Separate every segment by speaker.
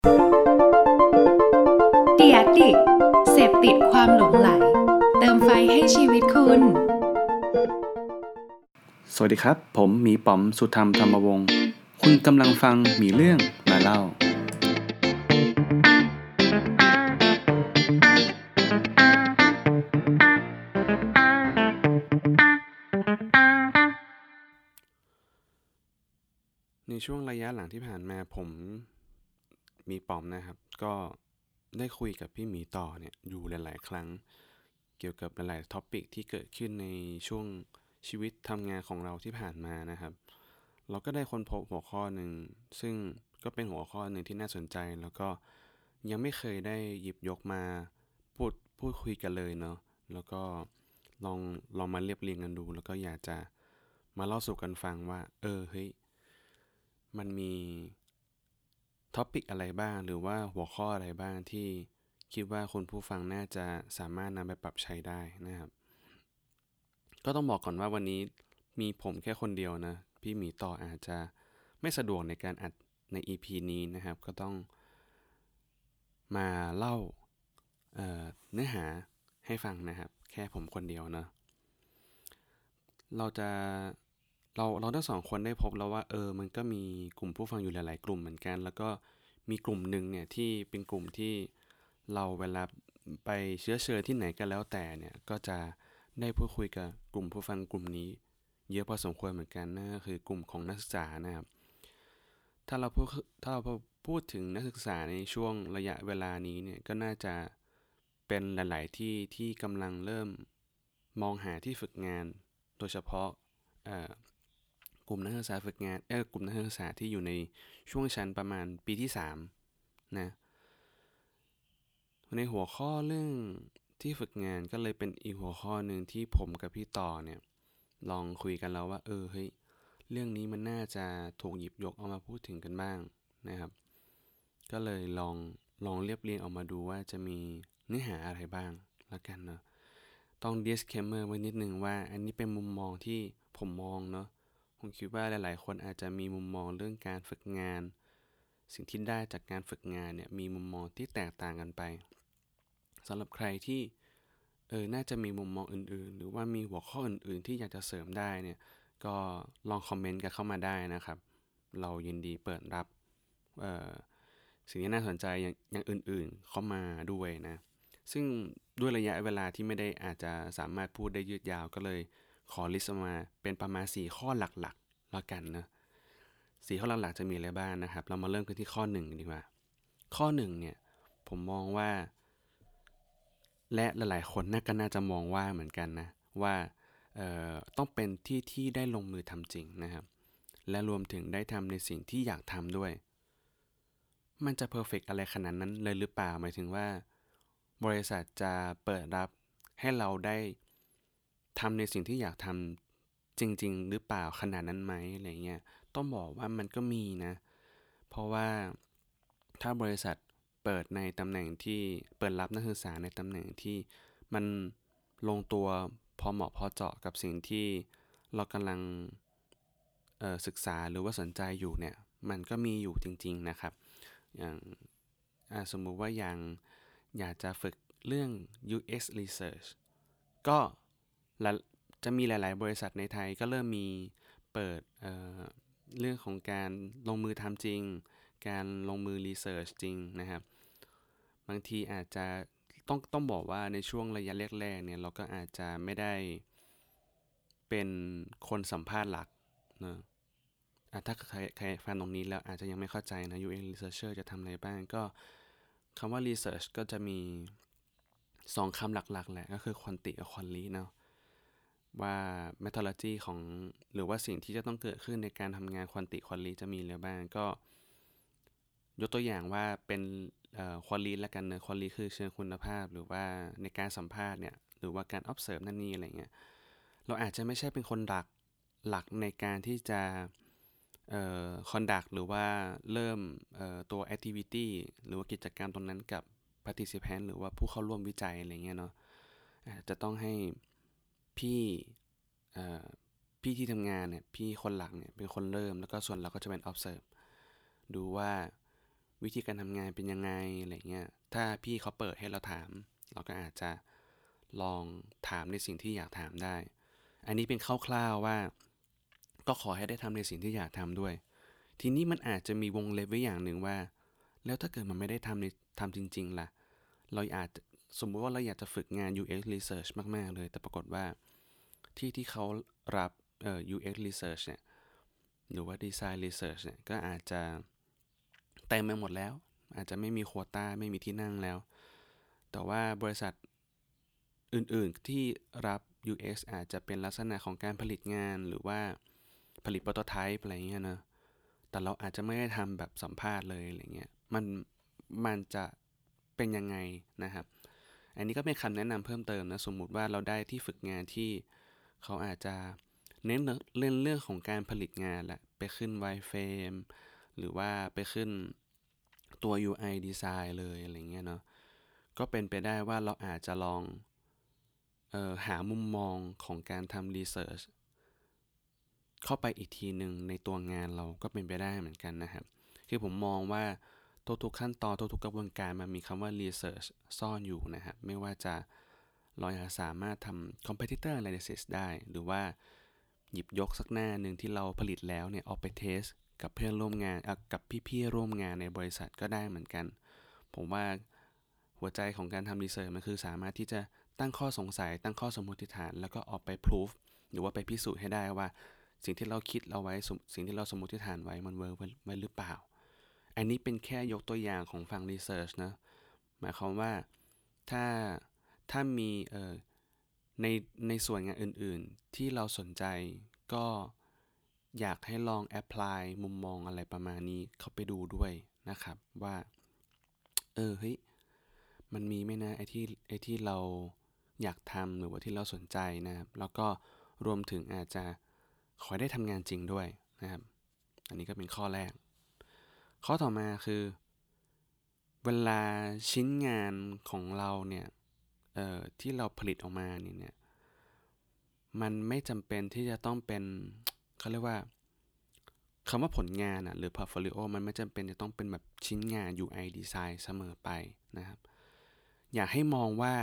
Speaker 1: The Addict เสพติดความหลงใหลเติมไฟให้ชีวิตคุณ
Speaker 2: สวัสดีครับผมหมีป๋อมสุธรรมธรรมวงศ์คุณกำลังฟังหมีเรื่องมาเล่าในช่วงระยะหลังที่ผ่านมาผมมีป๋อมนะครับก็ได้คุยกับพี่หมีต่อเนี่ยอยู่หลายๆครั้งเกี่ยวกับหลายๆท็อปิกที่เกิดขึ้นในช่วงชีวิตทำงานของเราที่ผ่านมานะครับเราก็ได้ค้นพบหัวข้อหนึ่งซึ่งก็เป็นหัวข้อหนึ่งที่น่าสนใจแล้วก็ยังไม่เคยได้หยิบยกมาพูดคุยกันเลยเนาะแล้วก็ลองมาเรียบเรียงกันดูแล้วก็อยากจะมาเล่าสู่กันฟังว่าเฮ้ยมันมีท็อปิกอะไรบ้างหรือว่าหัวข้ออะไรบ้างที่คิดว่าคุณผู้ฟังน่าจะสามารถนำไปปรับใช้ได้นะครับก็ต้องบอกก่อนว่าวันนี้มีผมแค่คนเดียวนะพี่หมีต่ออาจจะไม่สะดวกในการอัดใน EP นี้นะครับก็ต้องมาเล่าเนื้อหาให้ฟังนะครับแค่ผมคนเดียวเนาะเราจะเราทั้งสองคนได้พบแล้วว่ามันก็มีกลุ่มผู้ฟังอยู่หลายๆกลุ่มเหมือนกันแล้วก็มีกลุ่มหนึ่งเนี่ยที่เป็นกลุ่มที่เราเวลาไปเชื้อเชิญที่ไหนก็แล้วแต่เนี่ยก็จะได้พูดคุยกับกลุ่มผู้ฟังกลุ่มนี้เยอะพอสมควรเหมือนกันนั่นก็คือกลุ่มของนักศึกษานะครับถ้าเราพูดถ้าเราพูดถึงนักศึกษาในช่วงระยะเวลานี้เนี่ยก็น่าจะเป็นหลายๆที่ที่กำลังเริ่มมองหาที่ฝึกงานโดยเฉพาะกลุ่มนักศึกษาฝึกงานกลุ่มนักศึกษาที่อยู่ในช่วงชั้นประมาณปีที่3นะในหัวข้อเรื่องที่ฝึกงานก็เลยเป็นอีกหัวข้อหนึ่งที่ผมกับพี่ต่อเนี่ยลองคุยกันแล้วว่าเฮ้ยเรื่องนี้มันน่าจะถูกหยิบยกเอามาพูดถึงกันบ้างนะครับก็เลยลองเรียบเรียงออกมาดูว่าจะมีเนื้อหาอะไรบ้างละกันเนาะต้อง disclaimer ไว้นิดนึงว่าอันนี้เป็นมุมมองที่ผมมองเนาะผมคิดว่าหลายๆคนอาจจะมีมุมมองเรื่องการฝึกงานสิ่งที่ได้จากการฝึกงานเนี่ยมีมุมมองที่แตกต่างกันไปสำหรับใครที่น่าจะมีมุมมองอื่นๆหรือว่ามีหัวข้ออื่นๆที่อยากจะเสริมได้เนี่ยก็ลองคอมเมนต์กันเข้ามาได้นะครับเรายินดีเปิดรับสิ่งที่น่าสนใจอย่างอื่นๆเข้ามาด้วยนะซึ่งด้วยระยะเวลาที่ไม่ได้อาจจะสามารถพูดได้ยืดยาวก็เลยขอลิสต์มาเป็นประมาณ4ข้อหลักๆแล้วกันนะ4ข้อหลักๆจะมีอะไรบ้างนะครับเรามาเริ่มกันที่ข้อ1ดีกว่าข้อ1เนี่ยผมมองว่าและหลายๆคนน่าจะมองว่าเหมือนกันนะว่าต้องเป็นที่ได้ลงมือทำจริงนะครับและรวมถึงได้ทำในสิ่งที่อยากทำด้วยมันจะเพอร์เฟกต์อะไรขนาดนั้นเลยหรือเปล่าหมายถึงว่าบริษัทจะเปิดรับให้เราได้ทำในสิ่งที่อยากทำจริงๆหรือเปล่าขนาดนั้นไหมอะไรเงี้ยต้องบอกว่ามันก็มีนะเพราะว่าถ้าบริษัทเปิดในตำแหน่งที่เปิดรับนักศึกษาในตำแหน่งที่มันลงตัวพอเหมาะพอเจาะกับสิ่งที่เรากำลังศึกษาหรือว่าสนใจอยู่เนี่ยมันก็มีอยู่จริงๆนะครับอย่างสมมุติว่าอย่างอยากจะฝึกเรื่อง UX Research ก็จะมีหลายๆบริษัทในไทยก็เริ่มมีเปิดเรื่องของการลงมือทำจริงการลงมือรีเสิร์ชจริงนะครับบางทีอาจจะต้องบอกว่าในช่วงระยะแรกๆเนี่ยเราก็อาจจะไม่ได้เป็นคนสัมภาษณ์หลักเนอะถ้าใครฟังตรงนี้แล้วอาจจะยังไม่เข้าใจนะ UX Researcher จะทำอะไรบ้างก็คำว่า Research ก็จะมี2คำหลักๆแหละก็คือ Quanti กับ Quali เนาะว่า methodology ของหรือว่าสิ่งที่จะต้องเกิดขึ้นในการทำงาน Quanti Quali จะมีอะไรบ้างก็ยกตัวอย่างว่าเป็นQuali ละกันเนอะ Quali คือเชิงคุณภาพหรือว่าในการสัมภาษณ์เนี่ยหรือว่าการ observe นั่นนี่อะไรเงี้ยเราอาจจะไม่ใช่เป็นคนหลักในการที่จะconduct หรือว่าเริ่มตัว activity หรือว่ากิจกรรมตรงนั้นกับ participant หรือว่าผู้เข้าร่วมวิจัยอะไรเงี้ยเนาะจะต้องให้พี่พี่ที่ทำงานเนี่ยพี่คนหลักเนี่ยเป็นคนเริ่มแล้วก็ส่วนเราก็จะเป็น observe ดูว่าวิธีการทำงานเป็นยังไงอะไรเงี้ยถ้าพี่เขาเปิดให้เราถามเราก็อาจจะลองถามในสิ่งที่อยากถามได้อันนี้เป็นคร่าวๆว่าก็ขอให้ได้ทำในสิ่งที่อยากทำด้วยทีนี้มันอาจจะมีวงเล็บไว้อย่างหนึ่งว่าแล้วถ้าเกิดมันไม่ได้ทำจริงๆล่ะเราอาจจะสมมุติว่าเราอยากจะฝึกงาน UX Research มากๆเลยแต่ปรากฏว่าที่เขารับUX Research เนี่ยหรือว่า Design Research เนี่ยก็อาจจะเต็มไปหมดแล้วอาจจะไม่มีโควต้าไม่มีที่นั่งแล้วแต่ว่าบริษัทอื่นๆที่รับ UX อาจจะเป็นลักษณะของการผลิตงานหรือว่าผลิตโปรโตไทป์อะไรเงี้ยนะแต่เราอาจจะไม่ได้ทำแบบสัมภาษณ์เลยอะไรเงี้ยมันจะเป็นยังไงนะครับอันนี้ก็เป็นคำแนะนำเพิ่มเติมนะสมมุติว่าเราได้ที่ฝึกงานที่เขาอาจจะเน้นเรื่องของการผลิตงานแหละไปขึ้น wireframe หรือว่าไปขึ้นตัว UI design เลยอะไรเงี้ยเนาะก็เป็นไปได้ว่าเราอาจจะลองหามุมมองของการทำ research เข้าไปอีกทีหนึ่งในตัวงานเราก็เป็นไปได้เหมือนกันนะครับคือผมมองว่าทุกๆขั้นตอนทุกๆกระบวนการมันมีคำว่า research ซ่อนอยู่นะครับไม่ว่าจะเราอยากสามารถทำ competitor analysis ได้หรือว่าหยิบยกสักหน้าหนึ่งที่เราผลิตแล้วเนี่ยเอาไปเทสกับเพื่อนร่วมงานกับพี่ๆร่วมงานในบริษัทก็ได้เหมือนกันผมว่าหัวใจของการทำ research มันคือสามารถที่จะตั้งข้อสงสัยตั้งข้อสมมติฐานแล้วก็ออกไป proof หรือว่าไปพิสูจน์ให้ได้ว่าสิ่งที่เราคิดเราไว้สิ่งที่เราสมมติฐานไว้มันเวิร์กไว้หรือเปล่าอันนี้เป็นแค่ยกตัวอย่างของฝั่ง research นะหมายความว่าถ้ามีในส่วนงานอื่นๆที่เราสนใจก็อยากให้ลอง apply มุมมองอะไรประมาณนี้เข้าไปดูด้วยนะครับว่าเฮ้ยมันมีไหมนะไอ้ที่เราอยากทำหรือว่าที่เราสนใจนะครับแล้วก็รวมถึงอาจจะขอได้ทำงานจริงด้วยนะครับอันนี้ก็เป็นข้อแรกข้อต่อมาคือเวลาชิ้นงานของเราเนี่ยที่เราผลิตออกมาเนี่ยมันไม่จำเป็นที่จะต้องเป็นเขาเรียกว่าคำว่าผลงานหรือ portfolio มันไม่จำเป็นจะต้องเป็นแบบชิ้นงาน UI design เสมอไปนะครับอยากให้มองว่า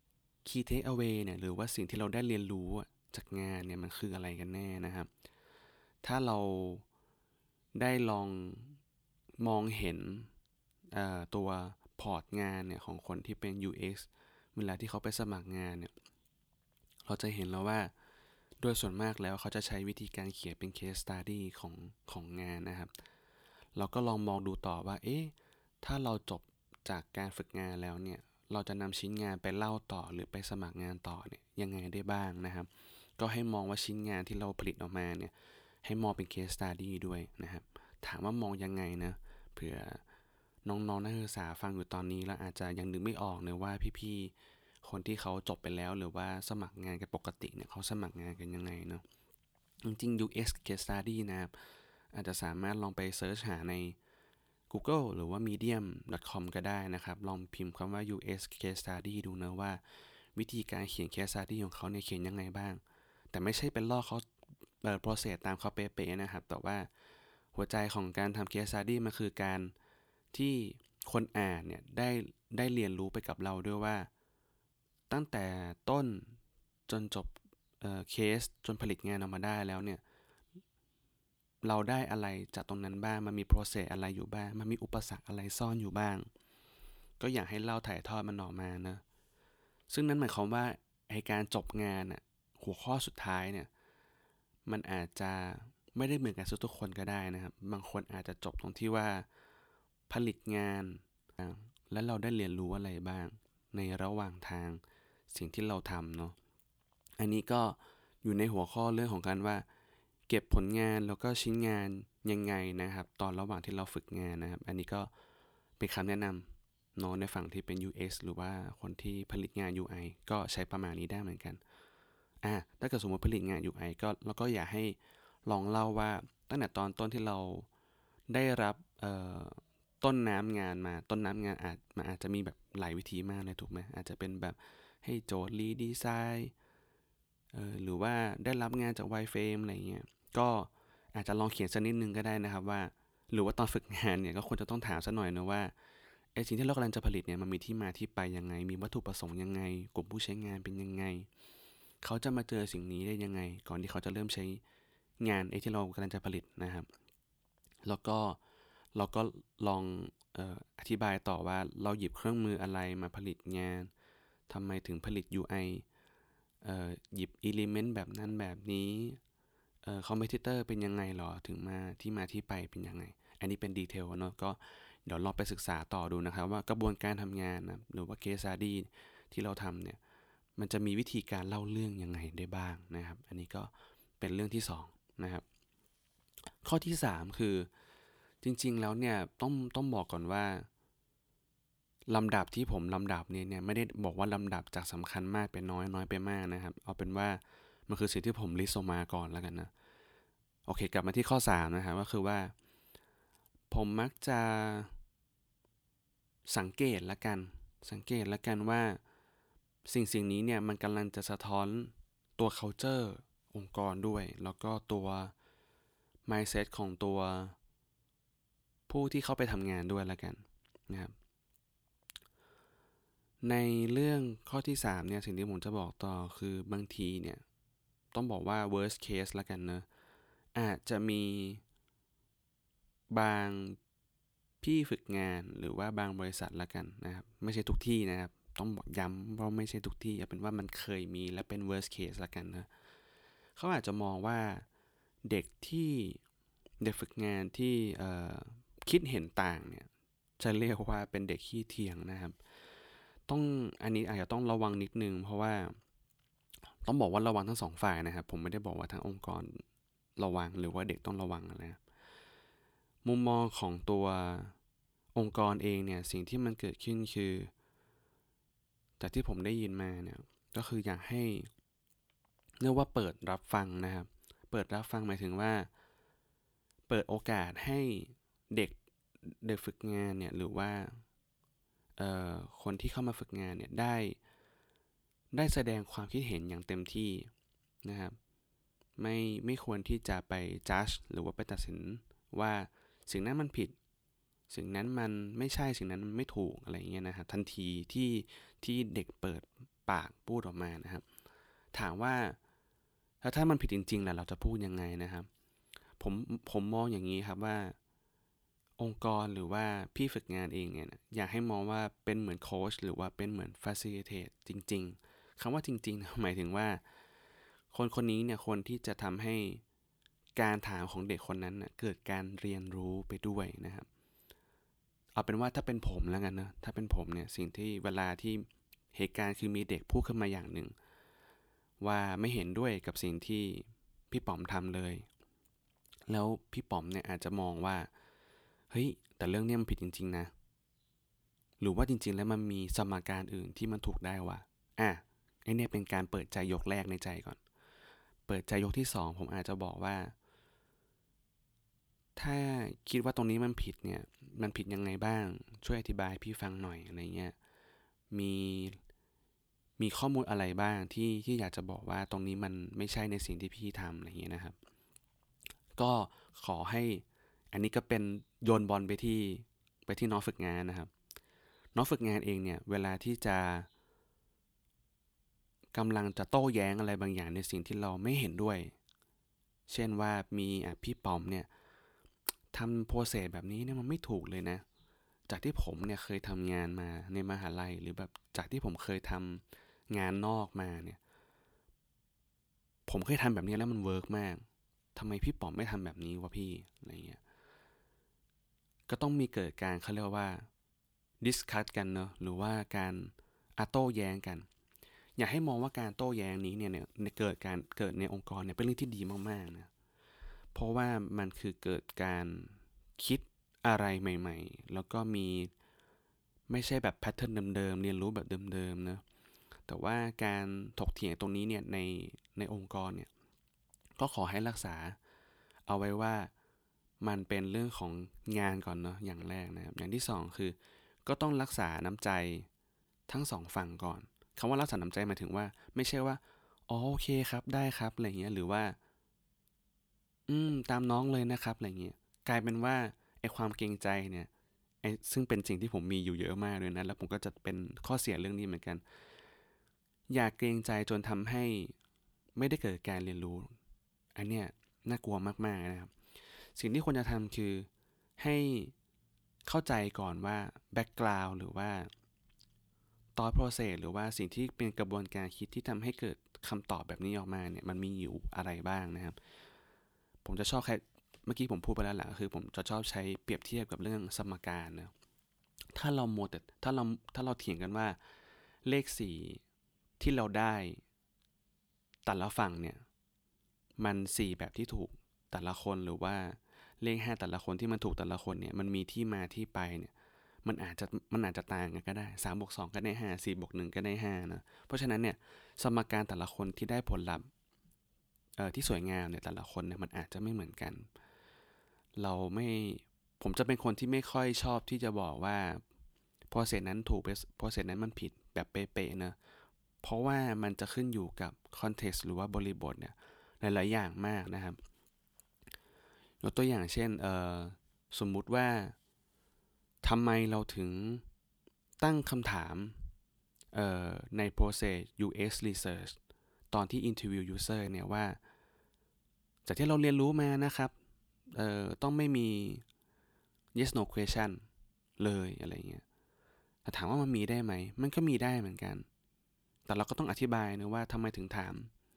Speaker 2: key takeaway เนี่ยหรือว่าสิ่งที่เราได้เรียนรู้จากงานเนี่ยมันคืออะไรกันแน่นะครับถ้าเราได้ลองมองเห็นตัวพอร์ตงานเนี่ยของคนที่เป็น UX เวลาที่เขาไปสมัครงานเนี่ยเราจะเห็นแล้วว่าโดยส่วนมากแล้วเขาจะใช้วิธีการเขียนเป็น case study ของงานนะครับเราก็ลองมองดูต่อว่าถ้าเราจบจากการฝึกงานแล้วเนี่ยเราจะนำชิ้นงานไปเล่าต่อหรือไปสมัครงานต่อเนี่ยยังไงได้บ้างนะครับก็ให้มองว่าชิ้นงานที่เราผลิตออกมาเนี่ยให้มองเป็น case study ด้วยนะครับถามว่ามองยังไงนะเผื่อน้องๆนักศึกษาฟังอยู่ตอนนี้แล้วอาจจะยังนึกไม่ออกเลยว่าพี่ๆคนที่เขาจบไปแล้วหรือว่าสมัครงานกันปกติเนี่ยเขาสมัครงานกันยังไงเนาะจริงๆ UX case study นะครับอาจจะสามารถลองไปเซิร์ชหาใน Google หรือว่า medium.com ก็ได้นะครับลองพิมพ์คำว่า UX case study ดูนะว่าวิธีการเขียน case study ของเขาเนี่ยเขียนยังไงบ้างแต่ไม่ใช่เป็นลอกเขาprocess ตามเขาเป๊ะๆนะครับแต่ว่าหัวใจของการทำ case study มันคือการที่คนอ่านเนี่ยได้เรียนรู้ไปกับเราด้วยว่าตั้งแต่ต้นจนจบเคสจนผลิตงานออกมาได้แล้วเนี่ยเราได้อะไรจากตรงนั้นบ้างมันมี process อะไรอยู่บ้างมันมีอุปสรรคอะไรซ่อนอยู่บ้างก็อยากให้เล่าถ่ายทอดมันออกมานะซึ่งนั่นหมายความว่าไอ้การจบงานหัวข้อสุดท้ายเนี่ยมันอาจจะไม่ได้เหมือนกันทุกคนก็ได้นะครับบางคนอาจจะจบตรงที่ว่าผลิตงานแล้วเราได้เรียนรู้อะไรบ้างในระหว่างทางสิ่งที่เราทำเนาะอันนี้ก็อยู่ในหัวข้อเรื่องของการว่าเก็บผลงานแล้วก็ชิ้นงานยังไงนะครับตอนระหว่างที่เราฝึกงานนะครับอันนี้ก็เป็นคำแนะนำเนาะในฝั่งที่เป็น UX หรือว่าคนที่ผลิตงาน UI ก็ใช้ประมาณนี้ได้เหมือนกันถ้าเกิดสมมติผลิตงาน UI ก็เราก็อยากให้ลองเล่าว่าตั้งแต่ตอนต้นที่เราได้รับต้นน้ำงานมาต้นน้ำงานมันอาจจะมีแบบหลายวิธีมากเลยถูกไหมอาจจะเป็นแบบให้โจทย์รีดีไซน์หรือว่าได้รับงานจาก Wireframe อะไรเงี้ยก็อาจจะลองเขียนสักนิดนึงก็ได้นะครับว่าหรือว่าตอนฝึกงานเนี่ยก็ควรจะต้องถามซะหน่อยนะว่าไอ้สิ่งที่เรากำลังจะผลิตเนี่ยมันมีที่มาที่ไปยังไงมีวัตถุประสงค์ยังไงกลุ่มผู้ใช้งานเป็นยังไงเขาจะมาเจอสิ่งนี้ได้ยังไงก่อนที่เขาจะเริ่มใช้งานไอ้ที่เรากำลังจะผลิตนะครับแล้วก็เราก็ลองอธิบายต่อว่าเราหยิบเครื่องมืออะไรมาผลิตงานทำไมถึงผลิต UI หยิบ element แบบนั้นแบบนี้คอมเพทิเตอร์เป็นยังไงหรอถึงมาที่ไปเป็นยังไงอันนี้เป็นดีเทลเนาะก็เดี๋ยวลองไปศึกษาต่อดูนะครับว่ากระบวนการทำงานนะหรือว่า case study ที่เราทำเนี่ยมันจะมีวิธีการเล่าเรื่องยังไงได้บ้างนะครับอันนี้ก็เป็นเรื่องที่2นะครับข้อที่3คือจริงๆแล้วเนี่ยต้องบอกก่อนว่าลำดับที่ผมลำดับเนี่ยไม่ได้บอกว่าลำดับจากสำคัญมากเป็นน้อยไปมากนะครับเอาเป็นว่ามันคือสิ่งที่ผมลิสต์ออกมาก่อนแล้วกันนะโอเคกลับมาที่ข้อ3นะครับก็คือว่าผมมักจะสังเกตละกันว่าสิ่งนี้เนี่ยมันกำลังจะสะท้อนตัว culture องค์กรด้วยแล้วก็ตัว mindset ของตัวผู้ที่เข้าไปทำงานด้วยละกันนะครับในเรื่องข้อที่3เนี่ยสิ่งที่ผมจะบอกต่อคือบางทีเนี่ยต้องบอกว่า worst case ละกันเนอะอาจจะมีบางพี่ฝึกงานหรือว่าบางบริษัทละกันนะครับไม่ใช่ทุกที่นะครับต้องบอกย้ำว่าไม่ใช่ทุกที่เอาเป็นว่ามันเคยมีและเป็น worst case ละกันนะเขาอาจจะมองว่าเด็กฝึกงานที่คิดเห็นต่างเนี่ยจะเรียกว่าเป็นเด็กขี้เถียงนะครับอันนี้อาจจะต้องระวังนิดนึงเพราะว่าต้องบอกว่าระวังทั้งสองฝ่ายนะครับผมไม่ได้บอกว่าทั้งองค์กรระวังหรือว่าเด็กต้องระวังนะมุมมองของตัวองค์กรเองเนี่ยสิ่งที่มันเกิดขึ้นคือจากที่ผมได้ยินมาเนี่ยก็คืออยากให้เรียกว่าเปิดรับฟังนะครับเปิดรับฟังหมายถึงว่าเปิดโอกาสให้เด็กฝึกงานเนี่ยหรือว่าคนที่เข้ามาฝึกงานเนี่ยได้แสดงความคิดเห็นอย่างเต็มที่นะครับไม่ควรที่จะไป judge หรือว่าไปตัดสินว่าสิ่งนั้นมันผิดสิ่งนั้นมันไม่ใช่สิ่งนั้นมันไม่ถูกอะไรเงี้ยนะครับทันทีที่เด็กเปิดปากพูดออกมานะครับถามว่าแล้วถ้ามันผิดจริงๆล่ะเราจะพูดยังไงนะครับผมมองอย่างนี้ครับว่าองค์กรหรือว่าพี่ฝึกงานเองเนี่ยอยากให้มองว่าเป็นเหมือนโค้ชหรือว่าเป็นเหมือน facilitate จริงๆคำว่าจริงๆหมายถึงว่าคนนี้เนี่ยคนที่จะทำให้การถามของเด็กคนนั้นนะเกิดการเรียนรู้ไปด้วยนะครับเอาเป็นว่าถ้าเป็นผมแล้วกันนะถ้าเป็นผมเนี่ยสิ่งที่เวลาที่เหตุการณ์คือมีเด็กพูดขึ้นมาอย่างหนึ่งว่าไม่เห็นด้วยกับสิ่งที่พี่ป๋อมทำเลยแล้วพี่ป๋อมเนี่ยอาจจะมองว่าเฮ้ยแต่เรื่องนี้มันผิดจริงๆนะหรือว่าจริงๆแล้วมันมีสมการอื่นที่มันถูกได้ว่ะไอเนี่ยเป็นการเปิดใจยกแรกในใจก่อนเปิดใจยกที่2ผมอาจจะบอกว่าถ้าคิดว่าตรงนี้มันผิดเนี่ยมันผิดยังไงบ้างช่วยอธิบายพี่ฟังหน่อยอะไรเงี้ยมีข้อมูลอะไรบ้างที่อยากจะบอกว่าตรงนี้มันไม่ใช่ในสิ่งที่พี่ทำอะไรเงี้ยนะครับก็ขอให้อันนี้ก็เป็นโยนบอลไปที่น้องฝึกงานนะครับน้องฝึกงานเองเนี่ยเวลาที่จะกำลังจะโต้แย้งอะไรบางอย่างในสิ่งที่เราไม่เห็นด้วยเช่นว่ามีพี่ป๋อมเนี่ยทำโปรเซสแบบนี้เนี่ยมันไม่ถูกเลยนะจากที่ผมเนี่ยเคยทำงานมาในมหาลัยหรือแบบจากที่ผมเคยทำงานนอกมาเนี่ยผมเคยทำแบบนี้แล้วมันเวิร์กมากทำไมพี่ป๋อมไม่ทำแบบนี้วะพี่อะไรเงี้ยก็ต้องมีเกิดการเขาเรียกว่าดิสคัสกันเนอะหรือว่าการโต้แย้งกันอยากให้มองว่าการโต้แย้งนี้เนี่ยเกิดในองค์กรเนี่ยเป็นเรื่องที่ดีมากๆนะเพราะว่ามันคือเกิดการคิดอะไรใหม่ๆแล้วก็มีไม่ใช่แบบแพทเทิร์นเดิมๆเรียนรู้แบบเดิมๆนะแต่ว่าการถกเถียงตรงนี้เนี่ยในองค์กรเนี่ยก็ขอให้รักษาเอาไว้ว่ามันเป็นเรื่องของงานก่อนเนาะอย่างแรกนะครับอย่างที่สองคือก็ต้องรักษาน้ำใจทั้งสองฝั่งก่อนคำว่ารักษาน้ำใจหมายถึงว่าไม่ใช่ว่าอ๋อโอเคครับได้ครับอะไรเงี้ยหรือว่าตามน้องเลยนะครับอะไรเงี้ยกลายเป็นว่าไอ้ความเกรงใจเนี่ยซึ่งเป็นสิ่งที่ผมมีอยู่เยอะมากเลยนะแล้วผมก็จะเป็นข้อเสียเรื่องนี้เหมือนกันอย่าเกรงใจจนทำให้ไม่ได้เกิดการเรียนรู้อันเนี้ยน่ากลัวมากๆนะครับสิ่งที่ควรจะทำคือให้เข้าใจก่อนว่าแบ็กกราวด์หรือว่าthought process หรือว่าสิ่งที่เป็นกระบวนการคิดที่ทำให้เกิดคำตอบแบบนี้ออกมาเนี่ยมันมีอยู่อะไรบ้างนะครับผมจะชอบเมื่อกี้ผมพูดไปแล้วแหละคือผมจะชอบใช้เปรียบเทียบกับเรื่องสมการนะถ้าเราโมแต่ถ้าเราเถียงกันว่าเลข4ที่เราได้แต่ละฝั่งเนี่ยมัน4แบบที่ถูกแต่ละคนหรือว่าเลข5แต่ละคนที่มันถูกแต่ละคนเนี่ยมันมีที่มาที่ไปเนี่ยมันอาจจะต่างกันก็ได้3+2ก็ได้5 4+1ก็ได้5นะเพราะฉะนั้นเนี่ยสมการแต่ละคนที่ได้ผลลัพธ์ที่สวยงามเนี่ยแต่ละคนเนี่ยมันอาจจะไม่เหมือนกันเราไม่ผมจะเป็นคนที่ไม่ค่อยชอบที่จะบอกว่าprocess นั้นถูกprocess นั้นมันผิดแบบเป๊ะๆนะเพราะว่ามันจะขึ้นอยู่กับ context หรือว่าบริบทเนี่ยหลายๆอย่างมากนะครับยกตัวอย่างเช่นสมมุติว่าทำไมเราถึงตั้งคำถามใน process UX research ตอนที่ interview user เนี่ยว่าจากที่เราเรียนรู้มานะครับต้องไม่มี yes no question เลยอะไรเงี้ยแต่ถามว่ามันมีได้ไหมมันก็มีได้เหมือนกันแต่เราก็ต้องอธิบายนะว่าทำไมถึงถาม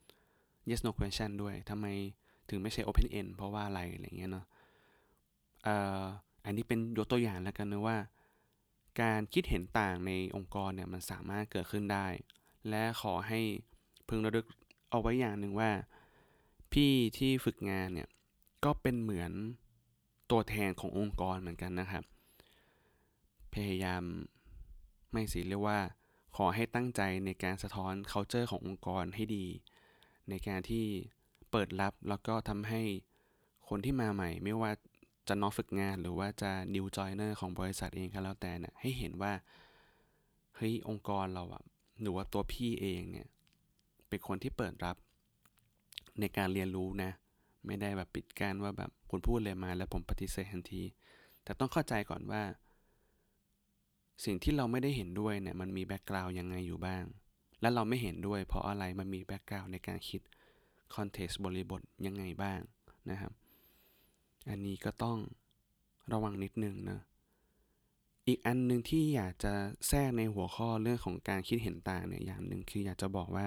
Speaker 2: yes no question ด้วยทำไมถึงไม่ใช่ open end เพราะว่าอะไรอะไรเงี้ยเนาะอันนี้เป็นยกตัวอย่างแล้วกันนะว่าการคิดเห็นต่างในองค์กรเนี่ยมันสามารถเกิดขึ้นได้และขอให้พึงระลึกเอาไว้อย่างหนึ่งว่าพี่ที่ฝึกงานเนี่ยก็เป็นเหมือนตัวแทนขององค์กรเหมือนกันนะครับพยายามไม่สิเรียกว่าขอให้ตั้งใจในการสะท้อน culture ขององค์กรให้ดีในการที่เปิดรับแล้วก็ทำให้คนที่มาใหม่ไม่ว่าจะน้องฝึกงานหรือว่าจะ new joiner ของบริษัทเองก็แล้วแต่เนี่ยให้เห็นว่าเฮ้ยองค์กรเราอะหรือว่าตัวพี่เองเนี่ยเป็นคนที่เปิดรับในการเรียนรู้นะไม่ได้แบบปิดกั้นว่าแบบคุณพูดเลยมาแล้วผมปฏิเสธทันทีแต่ต้องเข้าใจก่อนว่าสิ่งที่เราไม่ได้เห็นด้วยเนี่ยมันมีแบ็กกราวด์ยังไงอยู่บ้างและเราไม่เห็นด้วยเพราะอะไรมันมีแบ็กกราวด์ในการคิดคอนเท็กซ์บริบทยังไงบ้างนะครับอันนี้ก็ต้องระวังนิดนึงนะอีกอันนึงที่อยากจะแทรกในหัวข้อเรื่องของการคิดเห็นต่างเนี่ยอย่างหนึ่งคืออยากจะบอกว่า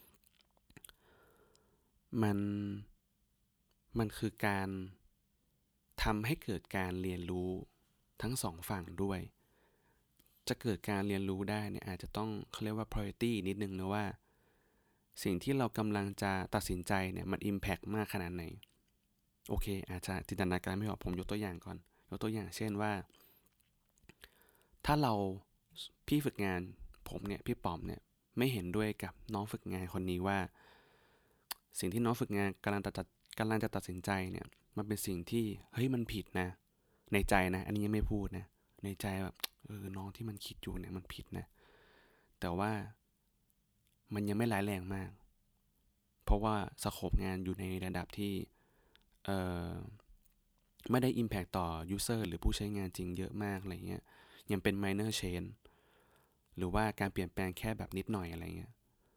Speaker 2: มันมันคือการทำให้เกิดการเรียนรู้ทั้งสองฝั่งด้วยจะเกิดการเรียนรู้ได้เนี่ยอาจจะต้องเขาเรียกว่า priority นิดนึงนะว่าสิ่งที่เรากำลังจะตัดสินใจเนี่ยมัน impact มากขนาดไหนโอเคอาจจะจินตนาการไม่ออกผมยกตัวอย่างก่อนยกตัวอย่างเช่นว่าถ้าเราพี่ฝึกงานผมเนี่ยพี่ป๋อมเนี่ยไม่เห็นด้วยกับน้องฝึกงานคนนี้ว่าสิ่งที่น้องฝึกงานกำลังจะตัดสินใจเนี่ยมันเป็นสิ่งที่เฮ้ยมันผิดนะในใจนะอันนี้ยังไม่พูดนะในใจแบบน้องที่มันคิดอยู่เนี่ยมันผิดนะแต่ว่ามันยังไม่ร้ายแรงมากเพราะว่าสโคปงานอยู่ในระดับที่เอ่อไม่ได้ impact ต่อ user หรือผู้ใช้งานจริงเยอะมากอะไรเงี้ยยังเป็น minor change หรือว่าการเปลี่ยนแปลงแค่แบบนิดหน่อยอะไรเงี้ย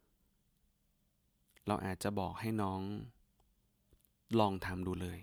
Speaker 2: เราอาจจะบอกให้น้องลองทำดูเลย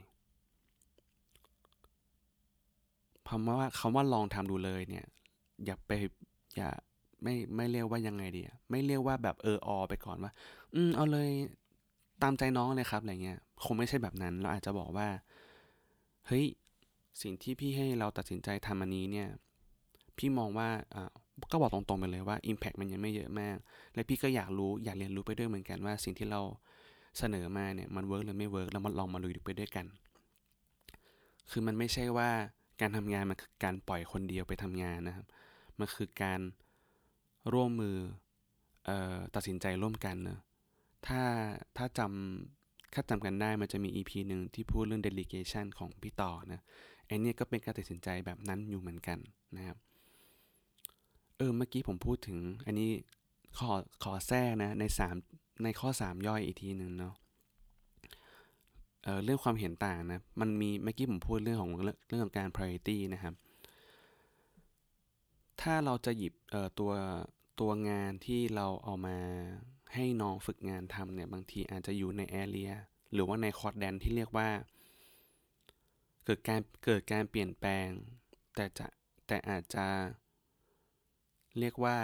Speaker 2: คำว่าลองทำดูเลยเนี่ยอย่าไปอย่าไม่เรียกว่ายังไงดีไม่เรียกว่าแบบไปก่อนว่าเอาเลยตามใจน้องเลยครับอะไรเงี้ยคงไม่ใช่แบบนั้นเราอาจจะบอกว่าเฮ้ยสิ่งที่พี่ให้เราตัดสินใจทำอันนี้เนี่ยพี่มองว่าก็บอกตรงๆไปเลยว่า impact มันยังไม่เยอะมากและพี่ก็อยากเรียนรู้ไปด้วยเหมือนกันว่าสิ่งที่เราเสนอมาเนี่ยมันเวิร์กหรือไม่เวิร์กแล้วมาลองมาลุยไปด้วยกันคือมันไม่ใช่ว่าการทำงานมันคือการปล่อยคนเดียวไปทำงานนะครับมันคือการร่วมมือตัดสินใจร่วมกันเนอะถ้าถ้าจถ้าจำกันได้มันจะมี EP หนึ่งที่พูดเรื่อง delegation ของพี่ต่อนะไอ้นี่ก็เป็นการตัดสินใจแบบนั้นอยู่เหมือนกันนะครับเมื่อกี้ผมพูดถึงอันนี้ขอแทรกนะในข้อ3ย่อยอีกทีหนึ่งเนาะเรื่องความเห็นต่างนะมันมีเมื่อกี้ผมพูดเรื่องของการ priority นะครับถ้าเราจะหยิบตัวงานที่เราเอามาให้น้องฝึกงานทำเนี่ยบางทีอาจจะอยู่ใน area หรือว่าในคอร์สแดนที่เรียกว่าเกิดการเปลี่ยนแปลงแต่อาจจะเรียกว่า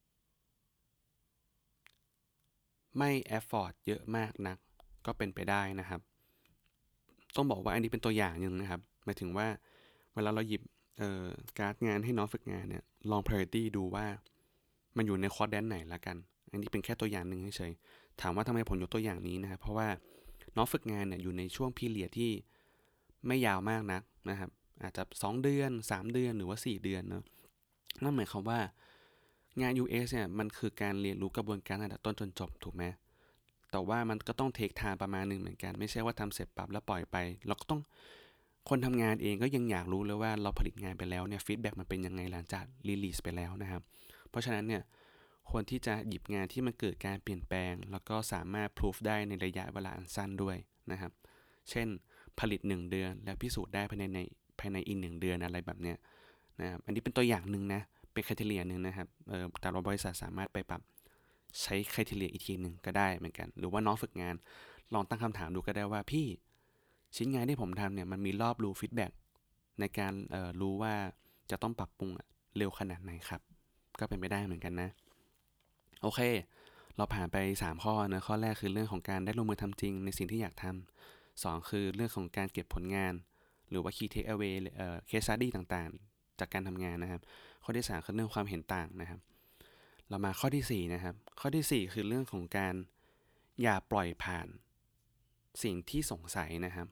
Speaker 2: ไม่ effort เยอะมากนักก็เป็นไปได้นะครับต้องบอกว่าอันนี้เป็นตัวอย่างหนึ่งนะครับหมายถึงว่าเวลาเราหยิบการ์ดงานให้น้องฝึกงานเนี่ยลอง priority ดูว่ามันอยู่ในคอร์สแดนไหนละกันอันนี้เป็นแค่ตัวอย่างหนึ่งเฉยๆถามว่าทำไมผมยกตัวอย่างนี้นะครับเพราะว่าน้องฝึกงานเนี่ยอยู่ในช่วงพีเรียดที่ไม่ยาวมากนักนะครับอาจจะ2เดือน3เดือนหรือว่า4เดือนเนาะนั่นหมายความว่างาน UX เนี่ยมันคือการเรียนรู้กระบวนการตั้งแต่ต้นจนจบถูกไหมแต่ว่ามันก็ต้องเทคไทม์ประมาณหนึ่งเหมือนกันไม่ใช่ว่าทำเสร็จปั๊บแล้วปล่อยไปเราก็ต้องคนทำงานเองก็ยังอยากรู้เลยว่าเราผลิตงานไปแล้วเนี่ยฟีดแบ็กมันเป็นยังไงหลังจากรีลีสไปแล้วนะครับเพราะฉะนั้นเนี่ยควรที่จะหยิบงานที่มันเกิดการเปลี่ยนแปลงแล้วก็สามารถพิสูจได้ในระยะเวลาอันสั้นด้วยนะครับเช่นผลิต1เดือนแล้วพิสูจน์ได้ภายในอีก1เดือนอะไรแบบเนี้ยนะครับอันนี้เป็นตัวอย่างหนึ่งนะเป็นค r i เ e ียหนึ่งนะครับแต่ละบริษัทสามารถไปปรับใช้ค r i เ e ียอีกทีหนึ่งก็ได้เหมือนกันหรือว่าน้องฝึกงานลองตั้งคำถามดูก็ได้ว่าพี่ชิ้นงานที่ผมทำเนี่ยมันมีรอบรู้ฟีดแบ็กในการรู้ว่าจะต้องปรับปรุงเร็วขนาดไหนครับก็เป็นไปได้เหมือนกันนะโอเคเราผ่านไป3ข้อนะข้อแรกคือเรื่องของการได้ลงมือทำจริงในสิ่งที่อยากทำ2คือเรื่องของการเก็บผลงานหรือว่า key take away case study ต่างๆจากการทำงานนะครับข้อที่3คือเรื่องความเห็นต่างนะครับเรามาข้อที่4นะครับข้อที่4คือเรื่องของการอย่าปล่อยผ่านสิ่งที่สงสัยนะครับ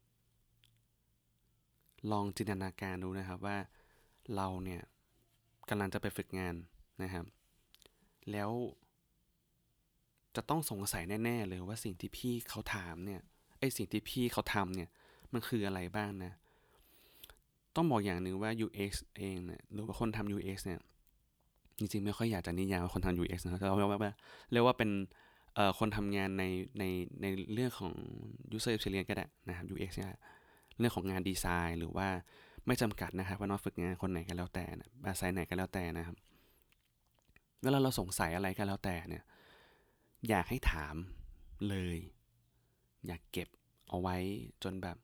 Speaker 2: ลองจินตนาการดูนะครับว่าเราเนี่ยกำลังจะไปฝึกงานนะครับแล้วจะต้องสงสัยแน่ๆเลยว่าสิ่งที่พี่เขาถามเนี่ยสิ่งที่พี่เขาทำเนี่ยมันคืออะไรบ้างนะต้องบอกอย่างหนึ่งว่า UX เองเนี่ยหรือว่าคนทำ UX เนี่ยจริงๆไม่ค่อยอยากจะนิยามว่าคนทำ UX นะแต่เรียกว่าเป็นคนทำงานในเรื่องของ user experience ก็ได้นะครับ UX เนี่ยเรื่องของงานดีไซน์หรือว่าไม่จำกัดนะครับว่าน้องฝึกงานคนไหนก็แล้วแต่นะอาศัยไหนก็แล้วแต่นะครับเวลาเราสงสัยอะไรก็แล้วแต่เนี่ยอยากให้ถามเลยอยากเก็บเอาไว้จนแบบ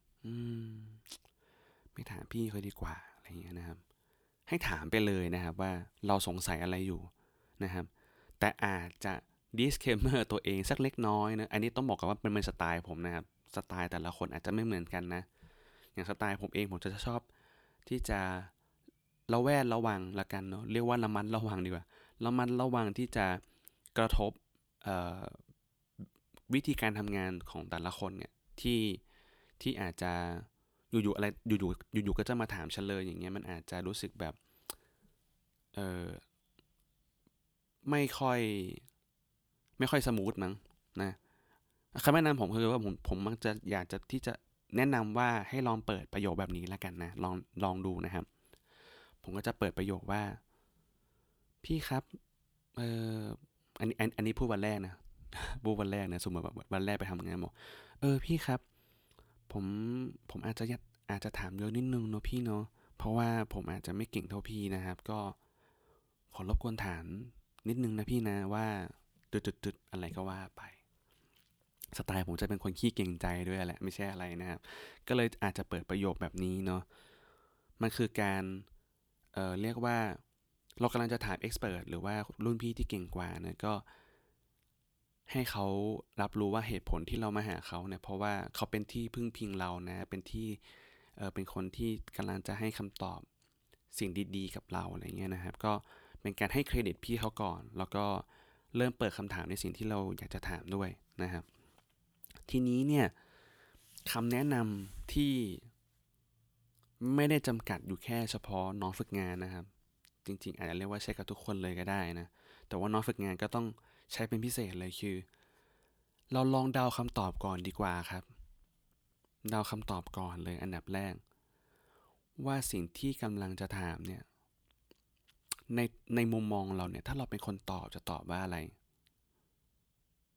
Speaker 2: ไม่ถามพี่เขาดีกว่าอะไรอย่างเงี้ยนะครับให้ถามไปเลยนะครับว่าเราสงสัยอะไรอยู่นะครับแต่อาจจะ disclaimer ตัวเองสักเล็กน้อยนะอันนี้ต้องบอกกันว่าเป็นสไตล์ผมนะครับสไตล์แต่ละคนอาจจะไม่เหมือนกันนะอย่างสไตล์ผมเองผมจะชอบที่จะระวังละกันเนาะเรียกว่าระมัดระวังดีกว่าระมัดระวังที่จะกระทบวิธีการทำงานของแต่ละคนเนี่ยที่อาจจะอยู่ๆอะไรอยู่ๆก็จะมาถามฉันเลยอย่างเงี้ยมันอาจจะรู้สึกแบบเออไม่ค่อยไม่ค่อยสมูทมั้งนะคำแนะนำผมคือว่าผมมักจะอยากจะที่จะแนะนำว่าให้ลองเปิดประโยคแบบนี้แล้วกันนะลองดูนะครับผมก็จะเปิดประโยคว่าพี่ครับเอออันนี้พูดวันแรกนะพูดวันแรกนะสมมติว่าวันแรกไปทำงานบอกพี่ครับ ผมผมอาจจะถามเยอะนิดนึงเนาะพี่เนาะเพราะว่าผมอาจจะไม่เก่งเท่าพี่นะครับก็ขอรบกวนถามนิดนึงนะพี่นะว่าจุดๆอะไรก็ว่าไปสไตล์ผมจะเป็นคนขี้เก่งใจด้วยแหละไม่ใช่อะไรนะครับก็เลยอาจจะเปิดประโยคแบบนี้เนาะมันคือการเรียกว่าเรากำลังจะถามเอ็กซ์เพรสหรือว่ารุ่นพี่ที่เก่งกว่านะก็ ให้เขารับรู้ว่าเหตุผลที่เรามาหาเขาเนี่ยเพราะว่าเขาเป็นที่พึ่งพิงเรานะเป็นคนที่กำลังจะให้คำตอบสิ่งดีๆกับเราอะไรเงี้ยนะครับก็เป็นการให้เครดิตพี่เขาก่อนแล้วก็เริ่มเปิดคำถามในสิ่งที่เราอยากจะถามด้วยนะครับทีนี้เนี่ยคำแนะนำที่ไม่ได้จำกัดอยู่แค่เฉพาะน้องฝึกงานนะครับจริงๆอาจจะเรียกว่าใช้กับทุกคนเลยก็ได้นะแต่ว่าน้องฝึกงานก็ต้องใช้เป็นพิเศษเลยคือ เราลองเดาคำตอบก่อนดีกว่าครับเดาคำตอบก่อนเลยอันดับแรกว่าสิ่งที่กำลังจะถามเนี่ยในในมุมมองเราเนี่ยถ้าเราเป็นคนตอบจะตอบว่าอะไร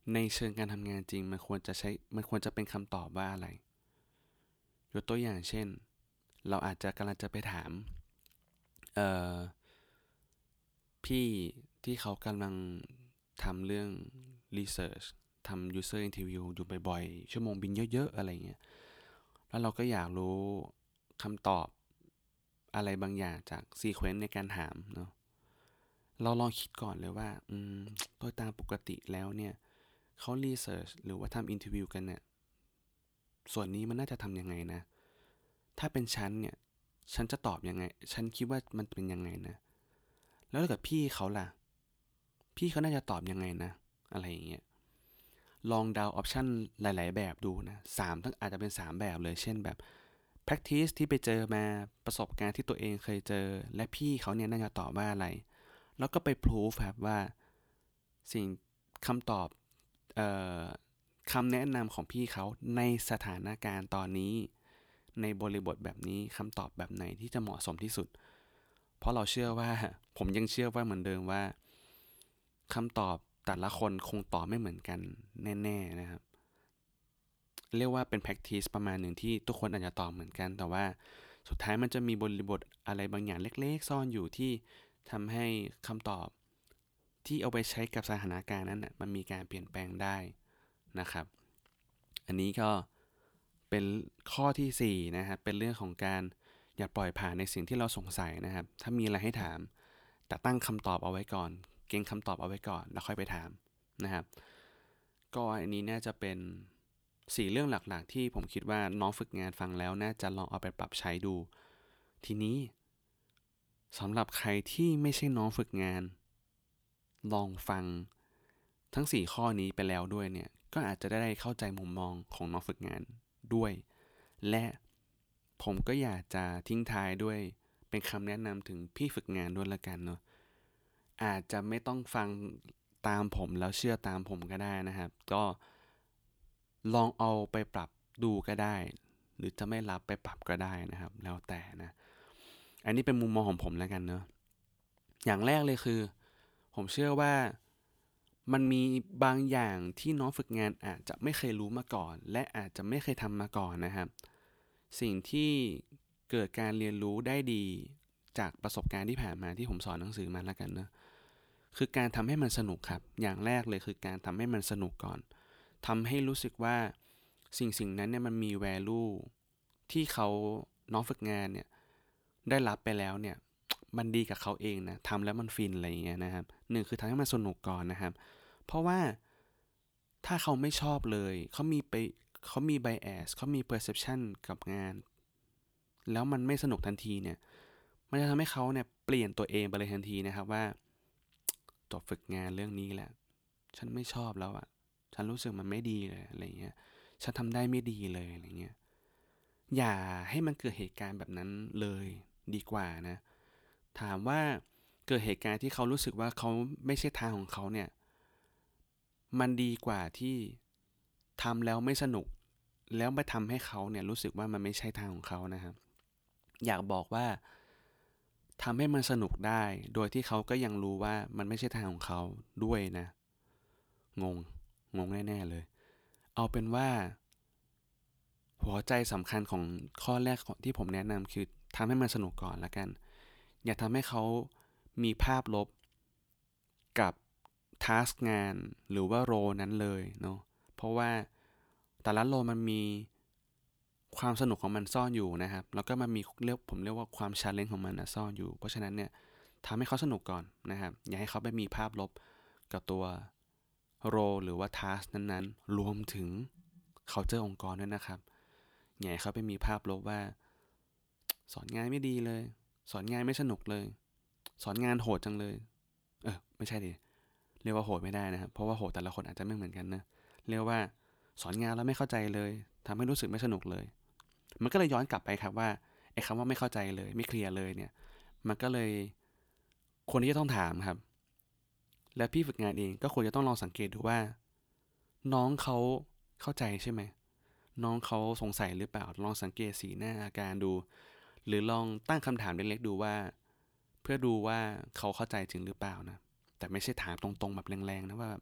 Speaker 2: ในเชิงการทำงานจริงมันควรจะเป็นคำตอบว่าอะไรยกตัวอย่างเช่นเราอาจจะกำลังจะไปถามเอ่อพี่ที่เขากำลังทำเรื่อง research ทำ user interview อยู่บ่อยๆชั่วโมงบินเยอะๆอะไรเงี้ยแล้วเราก็อยากรู้คำตอบอะไรบางอย่างจาก sequence ในการถามเนาะเราลองคิดก่อนเลยว่าโดยตามปกติแล้วเนี่ยเขา research หรือว่าทำ interview กันเนี่ยส่วนนี้มันน่าจะทำยังไงนะถ้าเป็นฉันเนี่ยฉันจะตอบยังไงฉันคิดว่ามันเป็นยังไงนะแล้วถ้าเกิดพี่เขาล่ะพี่เขาน่าจะตอบยังไงนะอะไรอย่างเงี้ยลองเดาออปชันหลายๆแบบดูนะอาจจะเป็น3แบบเลยเช่นแบบ practice ที่ไปเจอมาประสบการณ์ที่ตัวเองเคยเจอและพี่เขาเนี่ยน่าจะตอบว่าอะไรแล้วก็ไป proof ครับว่าสิ่งคำตอบเอ่อคำแนะนำของพี่เขาในสถานการณ์ตอนนี้ในบริบทแบบนี้คำตอบแบบไหนที่จะเหมาะสมที่สุดเพราะเราเชื่อว่าผมยังเชื่อว่าเหมือนเดิมว่าคำตอบแต่ละคนคงตอบไม่เหมือนกันแน่ๆนะครับเรียกว่าเป็น practice ประมาณหนึ่งที่ทุกคนอาจจะตอบเหมือนกันแต่ว่าสุดท้ายมันจะมีบริบทอะไรบางอย่างเล็กๆซ่อนอยู่ที่ทำให้คำตอบที่เอาไปใช้กับสถานการณ์นั้นนะมันมีการเปลี่ยนแปลงได้นะครับอันนี้ก็เป็นข้อที่4นะครับเป็นเรื่องของการอย่าปล่อยผ่านในสิ่งที่เราสงสัยนะครับถ้ามีอะไรให้ถามแต่ตั้งคำตอบเอาไว้ก่อนเก็งคำตอบเอาไว้ก่อนแล้วค่อยไปถามนะครับก็อันนี้น่าจะเป็น4เรื่องหลักๆที่ผมคิดว่าน้องฝึกงานฟังแล้วน่าจะลองเอาไปปรับใช้ดูทีนี้สำหรับใครที่ไม่ใช่น้องฝึกงานลองฟังทั้ง4ข้อนี้ไปแล้วด้วยเนี่ยก็อาจจะได้เข้าใจมุมมองของน้องฝึกงานด้วยและผมก็อยากจะทิ้งท้ายด้วยเป็นคำแนะนำถึงพี่ฝึกงานด้วยละกันเนาะอาจจะไม่ต้องฟังตามผมแล้วเชื่อตามผมก็ได้นะครับก็ลองเอาไปปรับดูก็ได้หรือจะไม่รับไปปรับก็ได้นะครับแล้วแต่นะอันนี้เป็นมุมมองของผมแล้วกันเนาะอย่างแรกเลยคือผมเชื่อว่ามันมีบางอย่างที่น้องฝึกงานอาจจะไม่เคยรู้มาก่อนและอาจจะไม่เคยทำมาก่อนนะครับสิ่งที่เกิดการเรียนรู้ได้ดีจากประสบการณ์ที่ผ่านมาที่ผมสอนหนังสือมาแล้วกันเนาะคือการทำให้มันสนุกครับอย่างแรกเลยคือการทำให้มันสนุกก่อนทำให้รู้สึกว่าสิ่งนั้นเนี่ยมันมี value ที่เขาน้องฝึกงานเนี่ยได้รับไปแล้วเนี่ยมันดีกับเขาเองนะทำแล้วมันฟินอะไรอย่างเงี้ยนะครับหนึ่งคือทำให้มันสนุกก่อนนะครับเพราะว่าถ้าเขาไม่ชอบเลยเขามี bias เขามี perception กับงานแล้วมันไม่สนุกทันทีเนี่ยมันจะทำให้เขาเนี่ยเปลี่ยนตัวเองไปเลยทันทีนะครับว่าจบฝึกงานเรื่องนี้แหละฉันไม่ชอบแล้วอ่ะฉันรู้สึกมันไม่ดีเลยอะไรเงี้ยฉันทำได้ไม่ดีเลยอะไรเงี้ยอย่าให้มันเกิดเหตุการณ์แบบนั้นเลยดีกว่านะถามว่าเกิดเหตุการณ์ที่เขารู้สึกว่าเขาไม่ใช่ทางของเขาเนี่ยมันดีกว่าที่ทำแล้วไม่สนุกแล้วไปทำให้เขาเนี่ยรู้สึกว่ามันไม่ใช่ทางของเขานะครับอยากบอกว่าทำให้มันสนุกได้โดยที่เขาก็ยังรู้ว่ามันไม่ใช่ทางของเขาด้วยนะงงแน่ๆเลยเอาเป็นว่าหัวใจสำคัญของข้อแรกที่ผมแนะนำคือทำให้มันสนุกก่อนละกันอย่าทำให้เขามีภาพลบกับทาสงานหรือว่าโรนั้นเลยเนาะเพราะว่าแต่ละโรมันมีความสนุกของมันซ่อนอยู่นะครับแล้วก็มันมีผมเรียกว่าความชาเลนจ์ของมันซ่อนอยู่เพราะฉะนั้นเนี่ยทำให้เขาสนุกก่อนนะครับอย่าให้เขาไปมีภาพลบกับตัวโรหรือว่าทาสนั้นๆรวมถึง culture องค์กรด้วยนะครับอย่าให้เขาไปมีภาพลบว่าสอนงานไม่ดีเลยสอนงานไม่สนุกเลยสอนงานโหดจังเลยไม่ใช่ดิเรียกว่าโหดไม่ได้นะครับเพราะว่าโหดแต่ละคนอาจจะไม่เหมือนกันนะเรียกว่าสอนงานแล้วไม่เข้าใจเลยทำให้รู้สึกไม่สนุกเลยมันก็เลยย้อนกลับไปครับว่าไอ้คำว่าไม่เข้าใจเลยไม่เคลียร์เลยเนี่ยมันก็เลยควรที่จะต้องถามครับและพี่ฝึกงานเองก็ควรจะต้องลองสังเกตดูว่าน้องเขาเข้าใจใช่ไหมน้องเขาสงสัยหรือเปล่าลองสังเกตสีหน้าอาการดูหรือลองตั้งคำถามเล็กๆดูว่าเพื่อดูว่าเขาเข้าใจจริงหรือเปล่านะแต่ไม่ใช่ถามตรงๆแบบแรงๆนะว่า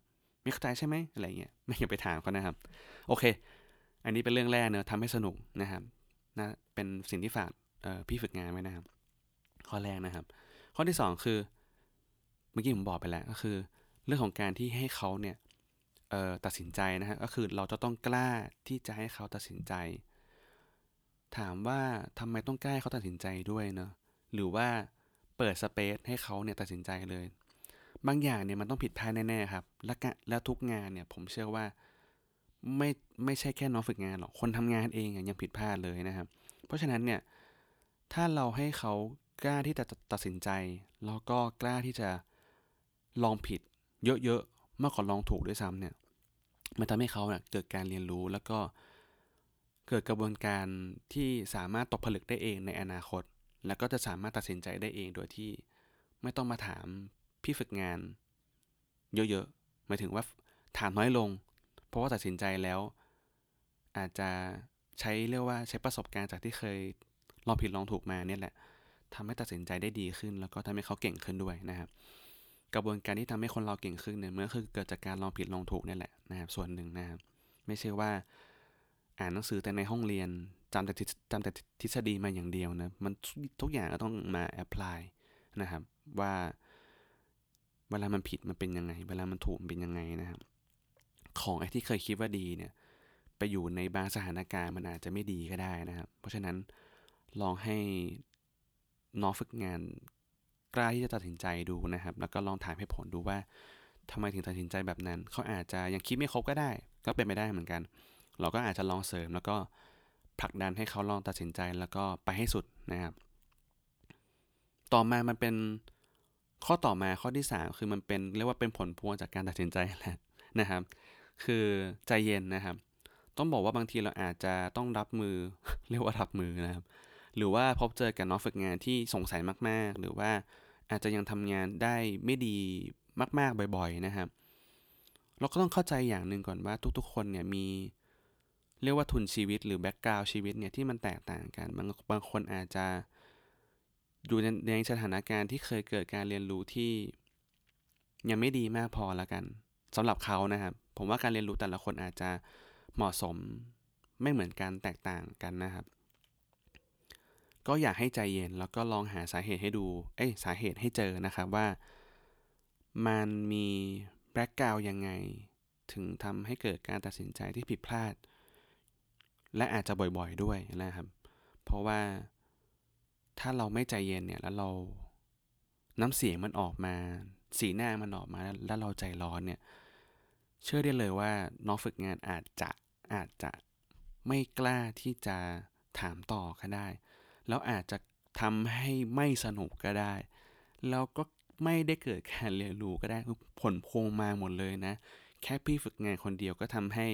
Speaker 2: ไม่เข้าใจใช่ไหมอะไรเงี้ยไม่อย่าไปถามเขานะครับโอเคอันนี้เป็นเรื่องแรกเนอะทำให้สนุกนะครับนะเป็นสิ่งที่ฝากพี่ฝึกงานไว้นะครับข้อแรกนะครับข้อที่สองคือเมื่อกี้ผมบอกไปแล้วก็คือเรื่องของการที่ให้เขาเนี่ยตัดสินใจนะฮะก็คือเราจะต้องกล้าที่จะให้เขาตัดสินใจถามว่าทำไมต้องกล้าให้เขาตัดสินใจด้วยเนอะหรือว่าเปิดสเปซให้เขาเนี่ยตัดสินใจเลยบางอย่างเนี่ยมันต้องผิดพลาดแน่ๆครับและทุกงานเนี่ยผมเชื่อว่าไม่ไม่ใช่แค่น้องฝึกงานหรอกคนทำงานเองยังผิดพลาดเลยนะครับเพราะฉะนั้นเนี่ยถ้าเราให้เขากล้าที่จะตัดสินใจแล้วก็กล้าที่จะลองผิดเยอะๆมากกว่าลองถูกด้วยซ้ำเนี่ยมันทำให้เขาเนี่ยเกิดการเรียนรู้แล้วก็เกิดกระบวนการที่สามารถตกผลึกได้เองในอนาคตแล้วก็จะสามารถตัดสินใจได้เองโดยที่ไม่ต้องมาถามพี่ฝึกงานเยอะๆหมายถึงว่าถามน้อยลงเพราะว่าตัดสินใจแล้วอาจจะเรียกว่าใช้ประสบการณ์จากที่เคยลองผิดลองถูกมาเนี่ยแหละทำให้ตัดสินใจได้ดีขึ้นแล้วก็ทำให้เขาเก่งขึ้นด้วยนะครับกระบวนการที่ทำให้คนเราเก่งขึ้นเนี่ยมันก็คือเกิดจากการลองผิดลองถูกนี่แหละนะครับส่วนหนึ่งนะครับไม่ใช่ว่าอ่านหนังสือแต่ในห้องเรียนจำแต่ทฤษฎีมาอย่างเดียวนะมันทุกอย่างก็ต้องมาแอพพลายนะครับว่าเวลามันผิดมันเป็นยังไงเวลามันถูกมันเป็นยังไงนะครับของไอ้ที่เคยคิดว่าดีเนี่ยไปอยู่ในบางสถานการณ์มันอาจจะไม่ดีก็ได้นะครับเพราะฉะนั้นลองให้น้องฝึกงานกล้าที่จะตัดสินใจดูนะครับแล้วก็ลองถามเหตุผลดูว่าทำไมถึงตัดสินใจแบบนั้นเขาอาจจะยังคิดไม่ครบก็ได้ก็เป็นไปได้เหมือนกันเราก็อาจจะลองเสริมแล้วก็ผลักดันให้เขาลองตัดสินใจแล้วก็ไปให้สุดนะครับต่อมามันเป็นข้อต่อมาข้อที่3คือมันเป็นเรียกว่าเป็นผลพวงจากการตัดสินใจแหละนะครับคือใจเย็นนะครับต้องบอกว่าบางทีเราอาจจะต้องรับมือเรียกว่ารับมือนะครับหรือว่าพบเจอกับน้องฝึกงานที่สงสัยมากๆหรือว่าอาจจะยังทำงานได้ไม่ดีมากๆบ่อยๆนะครับเราก็ต้องเข้าใจอย่างหนึ่งก่อนว่าทุกๆคนเนี่ยมีเรียกว่าทุนชีวิตหรือแบ็กกราวด์ชีวิตเนี่ยที่มันแตกต่างกันบางคนอาจจะอยู่ในสถานการณ์ที่เคยเกิดการเรียนรู้ที่ยังไม่ดีมากพอละกันสำหรับเขานะครับผมว่าการเรียนรู้แต่ละคนอาจจะเหมาะสมไม่เหมือนกันแตกต่างกันนะครับก็อยากให้ใจเย็นแล้วก็ลองหาสาเหตุให้ดูสาเหตุให้เจอนะครับว่ามันมีแบ็กกราวด์ยังไงถึงทำให้เกิดการตัดสินใจที่ผิดพลาดและอาจจะบ่อยๆด้วยนะครับเพราะว่าถ้าเราไม่ใจเย็นเนี่ยแล้วเราน้ำเสียงมันออกมาสีหน้ามันออกมาแล้วเราใจร้อนเนี่ยเชื่อได้เลยว่าน้องฝึกงานอาจจะไม่กล้าที่จะถามต่อก็ได้แล้วอาจจะทำให้ไม่สนุกก็ได้แล้วก็ไม่ได้เกิดการเรียนรู้ก็ได้ผลพวงมาหมดเลยนะแค่พี่ฝึกงานคนเดียวก็ทำให้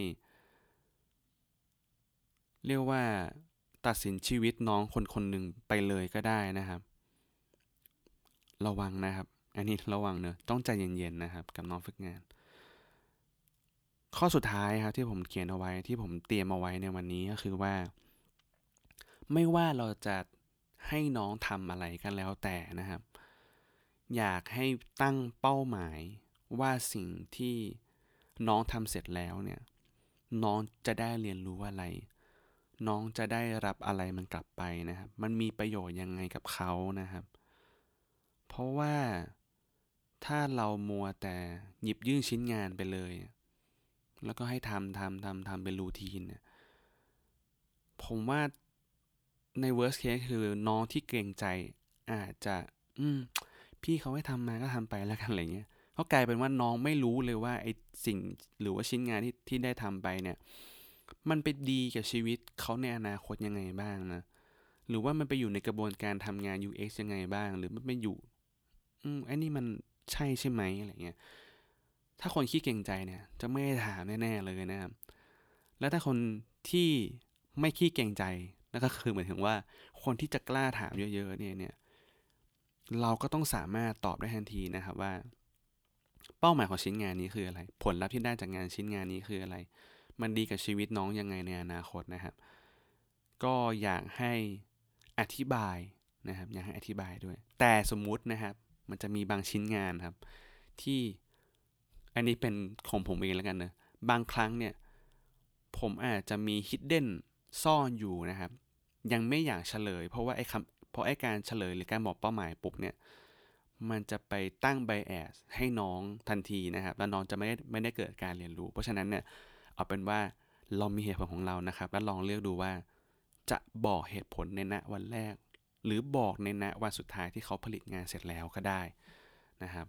Speaker 2: เรียกว่าตัดสินชีวิตน้องคนคนหนึ่งไปเลยก็ได้นะครับระวังนะครับอันนี้ระวังเนอะต้องใจเย็นๆนะครับกับน้องฝึกงานข้อสุดท้ายครับที่ผมเขียนเอาไว้ที่ผมเตรียมเอาไว้ในวันนี้ก็คือว่าไม่ว่าเราจะให้น้องทำอะไรกันแล้วแต่นะครับอยากให้ตั้งเป้าหมายว่าสิ่งที่น้องทำเสร็จแล้วเนี่ยน้องจะได้เรียนรู้อะไรน้องจะได้รับอะไรมันกลับไปนะครับมันมีประโยชน์ยังไงกับเขานะครับเพราะว่าถ้าเรามัวแต่หยิบยื่นชิ้นงานไปเลยแล้วก็ให้ทำเป็นรูทีนเนี่ยผมว่าใน worst case คือน้องที่เกรงใจอาจจะพี่เขาให้ทำมาก็ทำไปแล้วกันอะไรเงี้ยเขากลายเป็นว่าน้องไม่รู้เลยว่าไอ้สิ่งหรือว่าชิ้นงานที่ได้ทำไปเนี่ยมันไปดีกับชีวิตเขาในอนาคตยังไงบ้างนะหรือว่ามันไปอยู่ในกระบวนการทำงาน UX ยังไงบ้างหรือมันไปอยู่ไอ้นี่มันใช่ไหมอะไรเงี้ยถ้าคนขี้เกรงใจเนี่ยจะไม่ได้ถามแน่ๆเลยนะครับแล้วถ้าคนที่ไม่ขี้เกรงใจนั่นก็คือหมายถึงว่าคนที่จะกล้าถามเยอะๆเนี่ยเราก็ต้องสามารถตอบได้ทันทีนะครับว่าเป้าหมายของชิ้นงานนี้คืออะไรผลลัพธ์ที่ได้จากงานชิ้นงานนี้คืออะไรมันดีกับชีวิตน้องยังไงในอนาคตนะครับก็อยากให้อธิบายนะครับอยากให้อธิบายด้วยแต่สมมุตินะครับมันจะมีบางชิ้นงานครับที่อันนี้เป็นของผมเองแล้วกันนะบางครั้งเนี่ยผมอาจจะมี hidden ซ่อนอยู่นะครับยังไม่อยากเฉลยเพราะว่าเพราะไอ้การเฉลยหรือการบอกเป้าหมายปุ๊บเนี่ยมันจะไปตั้ง bias ให้น้องทันทีนะครับแล้วน้องจะไม่ได้เกิดการเรียนรู้เพราะฉะนั้นเนี่ยเอาเป็นว่าเรามีเหตุผลของเรานะครับแล้วลองเลือกดูว่าจะบอกเหตุผลในณวันแรกหรือบอกในณวันสุดท้ายที่เขาผลิตงานเสร็จแล้วก็ได้นะครับ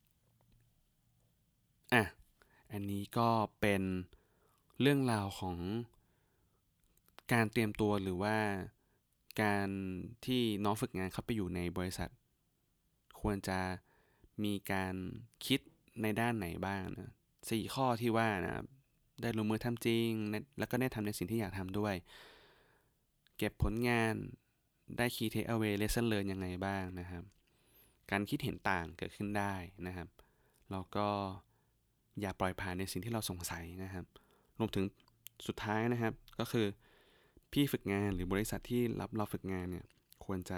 Speaker 2: อ่ะอันนี้ก็เป็นเรื่องราวของการเตรียมตัวหรือว่าการที่น้องฝึกงานเขาไปอยู่ในบริษัทควรจะมีการคิดในด้านไหนบ้างนะ4 ข้อที่ว่านะได้ลงมือทำจริงแล้วก็ได้ทำในสิ่งที่อยากทำด้วยเก็บผลงานได้ key takeaway lesson learn ยังไงบ้างนะครับการคิดเห็นต่างเกิดขึ้นได้นะครับแล้วก็อย่าปล่อยผ่านในสิ่งที่เราสงสัยนะครับรวมถึงสุดท้ายนะครับก็คือพี่ฝึกงานหรือบริษัทที่รับเราฝึกงานเนี่ยควรจะ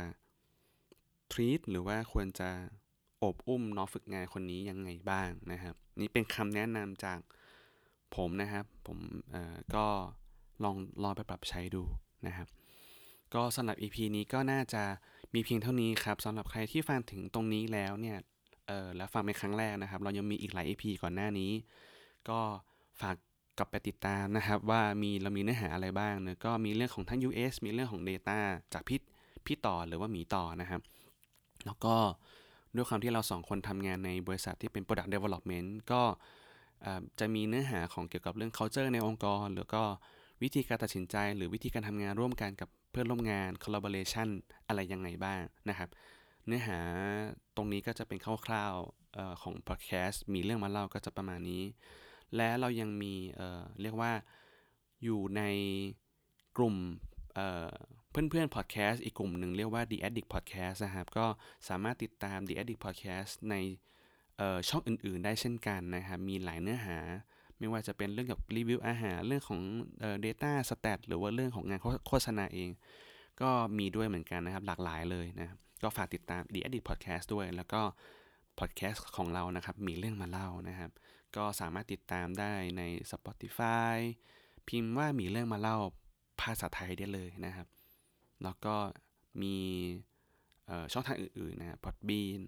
Speaker 2: treat หรือว่าควรจะโอบอุ้มน้องฝึกงานคนนี้ยังไงบ้างนะครับนี่เป็นคำแนะนำจากผมนะครับผมก็ลองไปปรับใช้ดูนะครับก็สำหรับ EP นี้ก็น่าจะมีเพียงเท่านี้ครับสำหรับใครที่ฟังถึงตรงนี้แล้วเนี่ยแล้วฟังเป็นครั้งแรกนะครับเรายังมีอีกหลาย EP ก่อนหน้านี้ก็ฝากกลับไปติดตามนะครับว่าเรามีเนื้อหาอะไรบ้างเนะก็มีเรื่องของทั้ง US มีเรื่องของ Data จากพี่ต่อหรือว่าหมีต่อนะครับแล้วก็ด้วยความที่เรา2 คนทำงานในบริษัทที่เป็น Product Development ก็จะมีเนื้อหาของเกี่ยวกับเรื่อง culture ในองค์กรหรือก็วิธีการตัดสินใจหรือวิธีการทำงานร่วมกันกับเพื่อนร่วมงาน collaboration อะไรยังไงบ้างนะครับเนื้อหาตรงนี้ก็จะเป็นคร่าวๆของ podcast มีเรื่องมาเล่าก็จะประมาณนี้และเรายังมีเรียกว่าอยู่ในกลุ่มเพื่อนๆ podcast อีกกลุ่มหนึ่งเรียกว่า The Addict Podcast นะครับก็สามารถติดตาม The Addict Podcast ในช่องอื่นๆได้เช่นกันนะครับมีหลายเนื้อหาไม่ว่าจะเป็นเรื่องกับรีวิวอาหารเรื่องของdata stat หรือว่าเรื่องของงานโฆษณาเองก็มีด้วยเหมือนกันนะครับหลากหลายเลยนะครับก็ฝากติดตาม The Addict Podcast ด้วยแล้วก็ podcast ของเรานะครับมีเรื่องมาเล่านะครับก็สามารถติดตามได้ใน Spotify พิมพ์ว่ามีเรื่องมาเล่าภาษาไทยได้เลยนะครับแล้วก็มีช่องทางอื่นๆนะ Podbean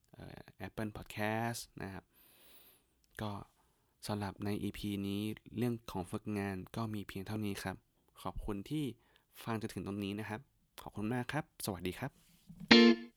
Speaker 2: Apple Podcast นะครับก็สำหรับใน EP นี้เรื่องของฝึกงานก็มีเพียงเท่านี้ครับขอบคุณที่ฟังจนถึงตรงนี้นะครับขอบคุณมากครับสวัสดีครับ